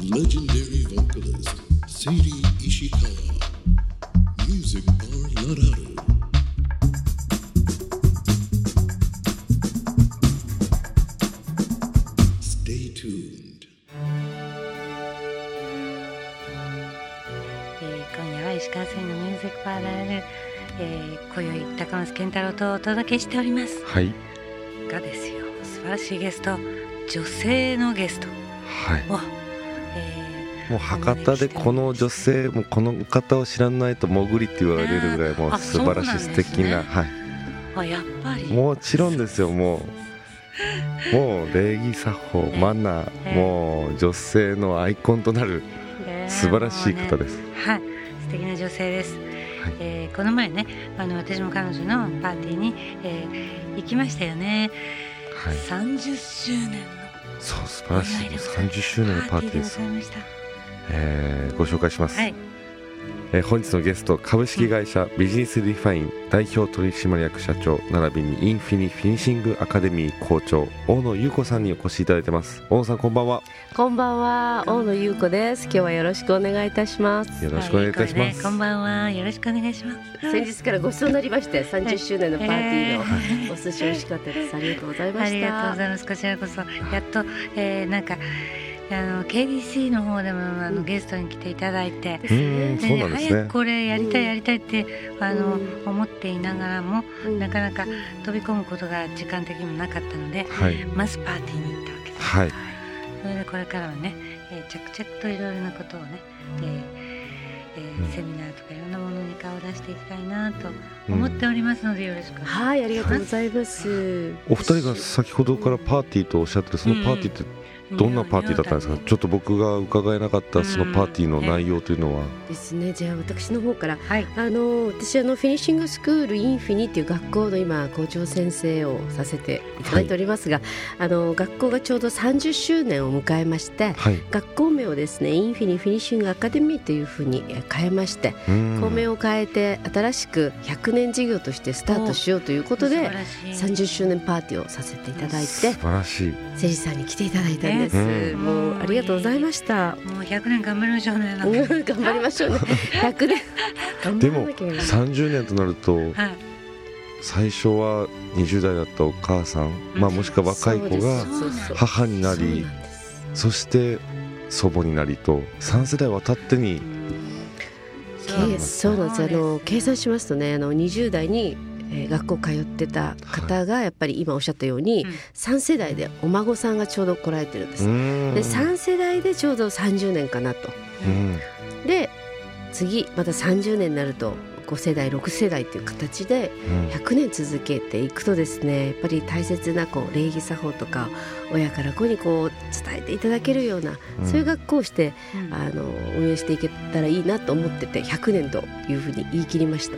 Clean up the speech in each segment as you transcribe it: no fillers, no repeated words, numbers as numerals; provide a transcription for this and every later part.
Legendary vocalist Seiri Ishikawa. Music Bar Nararu. Stay tuned. 今夜は石川せいのミュージックバーラル、今宵高松健太郎とお届けしております。 はい。 がですよ、素晴らしいゲスト、女性のゲストを、 はい。もう博多でこの女性もこの方を知らないと潜りって言われるぐらいもう素晴らしい素敵な、はい。 やっぱりもちろんですよ。もう礼儀作法、マナー、もう女性のアイコンとなる素晴らしい方です。 はい、素敵な女性です。はい。この前ね、私も彼女のパーティーに、行きましたよね。はい。30周年のそう素晴らしい30周年のパーティーです。ご紹介します。はい。本日のゲスト、株式会社ビジネスリファイン代表取締役社長並びにインフィニフィニシングアカデミー校長大野優子さんにお越しいただいてます。大野さん、こんばんは。 こんばんは、大野優子です。今日はよろしくお願いいたします。 よろしくお願いいたします。 こんばんは、よろしくお願いします。 先日からごちそうになりまして30周年のパーティーのお寿司美味しかったです。ありがとうございました。 ありがとうございます。こちらこそやっと、なんかKBC の方でもゲストに来ていただいて、 そうなんですね。 早くこれやりたいって思っていながらも、なかなか飛び込むことが時間的にもなかったので、まずパーティーに行ったわけです。はい。それでこれからはね、着々といろいろなことをね、セミナーとかいろんなものに顔を出していきたいなと思っておりますので、よろしくお願いします。 はい、ありがとうございます。 お二人が先ほどからパーティーとおっしゃってるそのパーティーってどんなパーティーだったんですか。ちょっと僕が伺えなかったそのパーティーの内容というのはですね。じゃあ私の方から、私フィニッシングスクールインフィニっていう学校の今校長先生をさせていただいておりますが、学校がちょうど30周年を迎えまして、学校名をですねインフィニフィニッシングアカデミーというふうに変えまして、校名を変えて新しく100年事業としてスタートしようということで30周年パーティーをさせていただいて、素晴らしい誠司さんに来ていただいたんです。もうありがとうございました。 もう100年頑張りましょうね。 頑張りましょうね。100年頑張らなきゃいけない。でも30年となると、最初は20代だったお母さん、もしくは若い子が母になり、そして祖母になりと3世代渡ってに、 そうなんです。計算しますとね、20代に学校通ってた方がやっぱり今おっしゃったように3世代でお孫さんがちょうど来られてるんです。で3世代でちょうど30年かなと。で次また30年になると5世代6世代という形で100年続けていくとですね、やっぱり大切な礼儀作法とか親から子に伝えていただけるような、そういう学校をして運営していけたらいいなと思ってて100年というふうに言い切りました。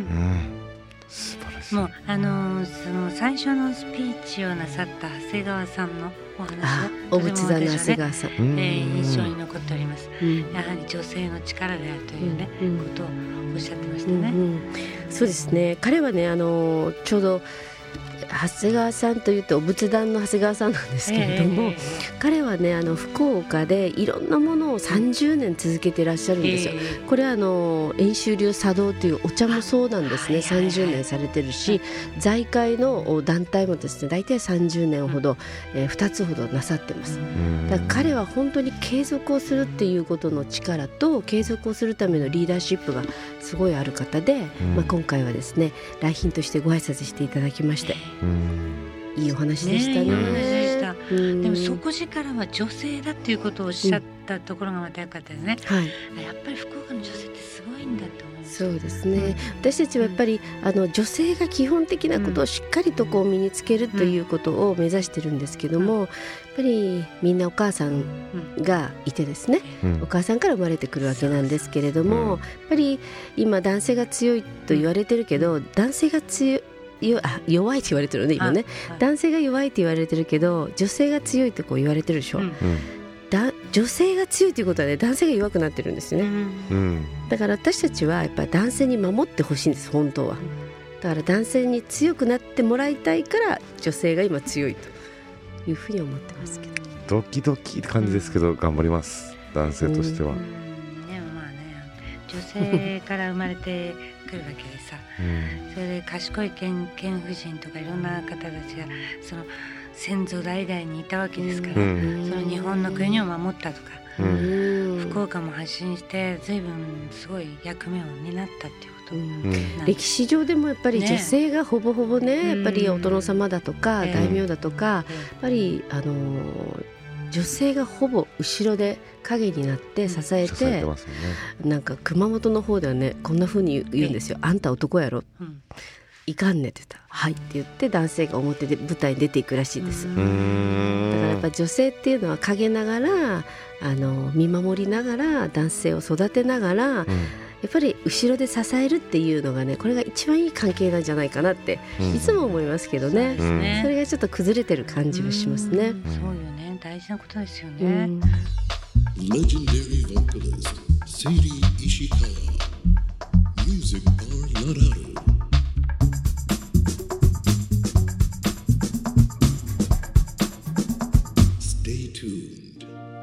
もうその最初のスピーチをなさった長谷川さんのお話がお仏壇の長谷川さん、 印象に残っております。やはり女性の力であるというね、ことをおっしゃってましたね。 そうですね。彼はねちょうど長谷川さんというとお仏壇の長谷川さんなんですけれども、彼はね福岡でいろんなものを30年続けていらっしゃるんですよ。これは遠州流茶道というお茶もそうなんですね。30年されてるし、財界の団体もですね大体30年ほど、2つほどなさってます。だから彼は本当に継続をするっていうことの力と継続をするためのリーダーシップがすごいある方で、今回はですね来賓としてご挨拶していただきまして、いいお話でしたね。 でも底力は女性だっていうことをおっしゃったところがまた良かったですね。やっぱり福岡の女性ってすごいんだと思う。 そうですね。私たちはやっぱり女性が基本的なことをしっかりと身につけるということを目指してるんですけども、やっぱりみんなお母さんがいてですね、お母さんから生まれてくるわけなんですけれども、やっぱり今男性が強いと言われてるけど、男性が弱いって言われてるね今ね。男性が弱いって言われてるけど女性が強いって言われてるでしょ。女性が強いということはね男性が弱くなってるんですよね。だから私たちはやっぱり男性に守ってほしいんです本当は。だから男性に強くなってもらいたいから女性が今強いというふうに思ってますけど、 ドキドキって感じですけど、頑張ります。 男性としては。 でもまあね、女性から生まれてくるわけでさ、それで賢い賢婦人とかいろんな方たちがその先祖代々にいたわけですから、その日本の国を守ったとか、福岡も発信して随分すごい役目を担ったっていうこと、 歴史上でもやっぱり女性がほぼほぼね、やっぱりお殿様だとか、大名だとか、やっぱり女性がほぼ後ろで影になって支えて、なんか熊本の方ではねこんな風に言うんですよ、あんた男やろ、いかんねって言ったらはいって言って男性が表で舞台に出ていくらしいです。だからやっぱ女性っていうのは陰ながら見守りながら男性を育てながら、やっぱり後ろで支えるっていうのがね、これが一番いい関係なんじゃないかなっていつも思いますけどね、それがちょっと崩れてる感じがしますね。 そうよね、大事なことですよね。 Legendary vocalist Seiri Ishikawa. Music Bar Nararu. Stay tuned.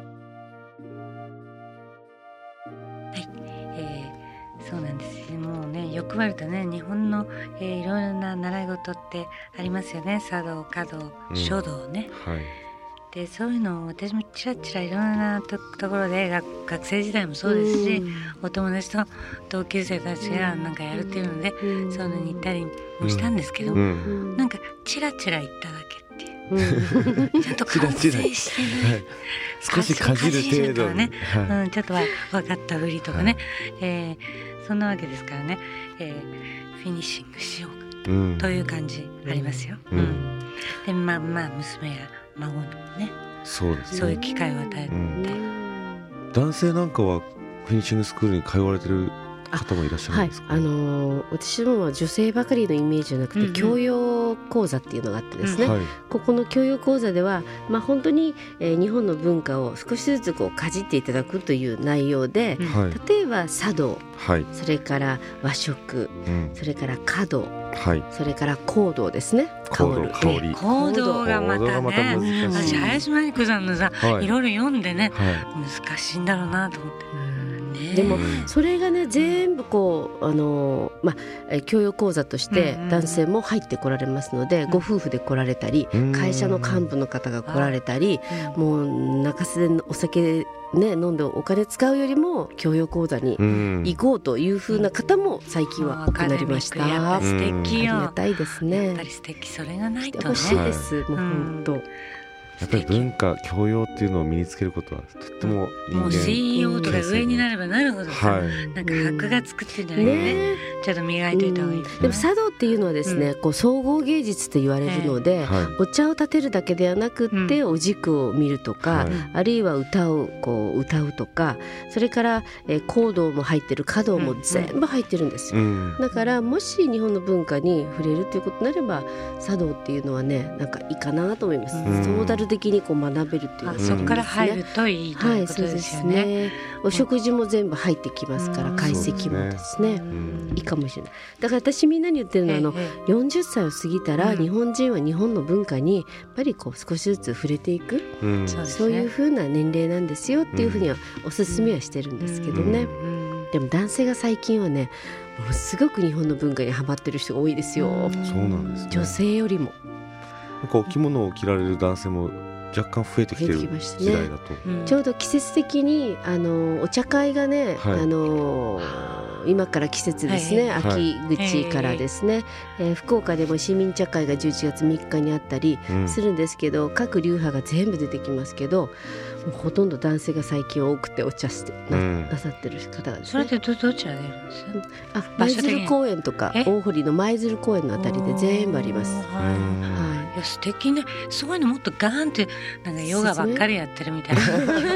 はい、そうなんです。もうね、欲張るとね、日本の、いろいろな習い事ってありますよね。茶道、華道、書道ね。でそういうのを私もちらちらいろんなところで学生時代もそうですし、お友達と同級生たちがなんかやるっていうので、そういうのに行ったりもしたんですけど、なんかちらちら行っただけっていう、ちゃんと完成してね、 少しかじる程度ね、ちょっと分かったふりとかね、そんなわけですからね、フィニッシングしようという感じありますよ。でまあ娘や孫のね、そうですね、そういう機会を与えて、 男性なんかはフィニッシングスクールに通われてる方もいらっしゃるんですか？ 私どもは女性ばかりのイメージじゃなくて、教養講座っていうのがあってですね、ここの教養講座では、本当に、日本の文化を少しずつこうかじっていただくという内容で、例えば茶道、それから和食、それから華道、それから香道ですね。香道がまたね、私林真理子さんのさ、いろいろ読んでね、難しいんだろうなと思って。 でもそれがね全部こう教養講座として男性も入ってこられますので、ご夫婦で来られたり、会社の幹部の方が来られたり、もう中洲でお酒ね飲んでお金使うよりも教養講座に行こうという風な方も最近は多くなりました。 やっぱ素敵よ。 ありがたいですね。 やっぱり素敵、それがないとね。 欲しいです。もう本当。 やっぱり文化教養っていうのを身につけることはとっても人間、 もう CEO とか上になればなるほどさ、なんか箔がつくっていうんじゃないね、ちょっと磨いといた方がいい、 でも茶道っていうのはですね、こう総合芸術と言われるので、お茶を立てるだけではなくって、お軸を見るとか、あるいは歌をこう歌うとか、それから、香道も入ってる、華道も全部入ってるんですよ、だからもし日本の文化に触れるということになれば、茶道っていうのはね、なんかいいかなと思います。トータル的にこう学べるっていうのが、 そこから入るといいということですよね。 お食事も全部入ってきますから、懐石もですね、いいかもしれない。だから私みんなに言ってるのは、40歳を過ぎたら日本人は日本の文化にやっぱりこう少しずつ触れていく、そういう風な年齢なんですよっていうふうにはおすすめはしてるんですけどね。でも男性が最近はね、ものすごく日本の文化にハマってる人が多いですよ。 そうなんですね。 女性よりもなんかお着物を着られる男性も若干増えてきてる時代だと、 ちょうど季節的にお茶会がね、今から季節ですね、秋口からですね、福岡でも市民茶会が11月3日にあったりするんですけど、各流派が全部出てきますけど、もうほとんど男性が最近多くてお茶して なさってる方がですね。 それってどちらで出るんですか？ 舞鶴公園とか大堀の舞鶴公園のあたりで全部あります。 いや素敵ね。そういうのもっとガーンってなんかヨガばっかりやってるみたいな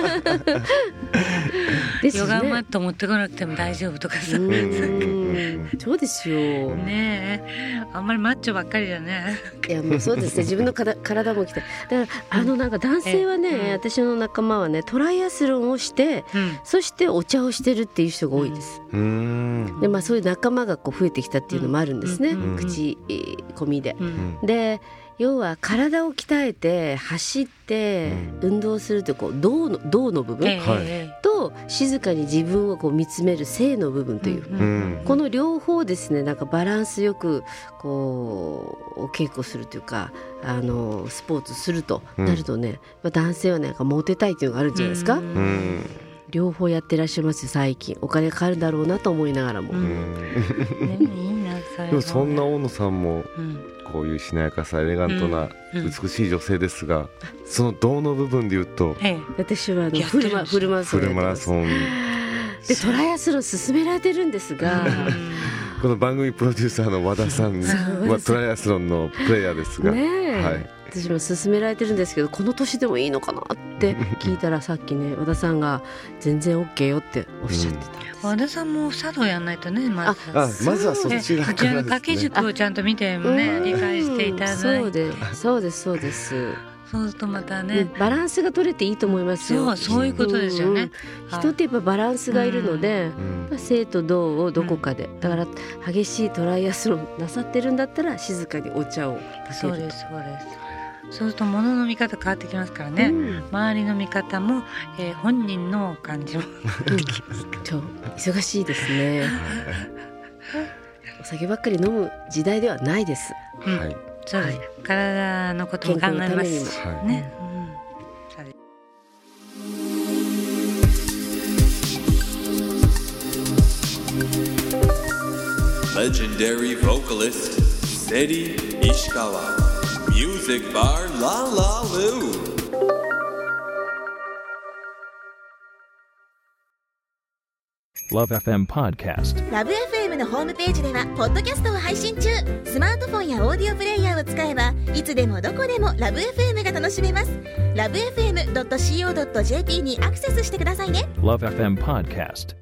ヨガマット持ってこなくても大丈夫とかさ、 そうですよねえ、あんまりマッチョばっかりじゃね。 いやもうそうですね、自分の体もきて、だからなんか男性はね、私の仲間はね、トライアスロンをして、そしてお茶をしてるっていう人が多いです。でそういう仲間がこう増えてきたっていうのもあるんですね、口コミで。で要は体を鍛えて走って運動するというこう胴の部分と静かに自分をこう見つめる静の部分という、この両方ですね、なんかバランスよくこうお稽古するというかスポーツするとなるとね、男性はねなんかモテたいというのがあるんじゃないですか。両方やってらっしゃいますよ最近。お金かかるだろうなと思いながらも、 でもいいなそれ。 でもそんな大野さんもこういうしなやかさエレガントな美しい女性ですが、その胴の部分で言うと、 私はフルマラソンでトライアスロン勧められてるんですがこの番組プロデューサーの和田さんはトライアスロンのプレイヤーですが、私も勧められてるんですけど、この年でもいいのかなって聞いたらさっきね和田さんが全然 OK よっておっしゃってたんです。 和田さんも茶道やんないとね、 まずはそちらからですね。 掛け軸をちゃんと見てもね、理解していただいて、 そうですそうするとまたね、 バランスが取れていいと思いますよ。 そういうことですよね。 人ってやっぱバランスがいるので、静と動をどこかで、だから激しいトライアスロンなさってるんだったら静かにお茶をかける。 そうです。そうすると物の見方変わってきますからね、周りの見方も、本人の感じも忙しいですねお酒ばっかり飲む時代ではないです。 そうです。体のことも考えますね。 Legendary vocalist Seri Ishikawa.Music Bar La La Lu Love FM Podcast。 ラブ FM のホームページではポッドキャストを配信中。スマートフォンやオーディオプレイヤーを使えばいつでもどこでもラブ FM が楽しめます。ラブ FM.co.jp にアクセスしてくださいね。 Love FM Podcast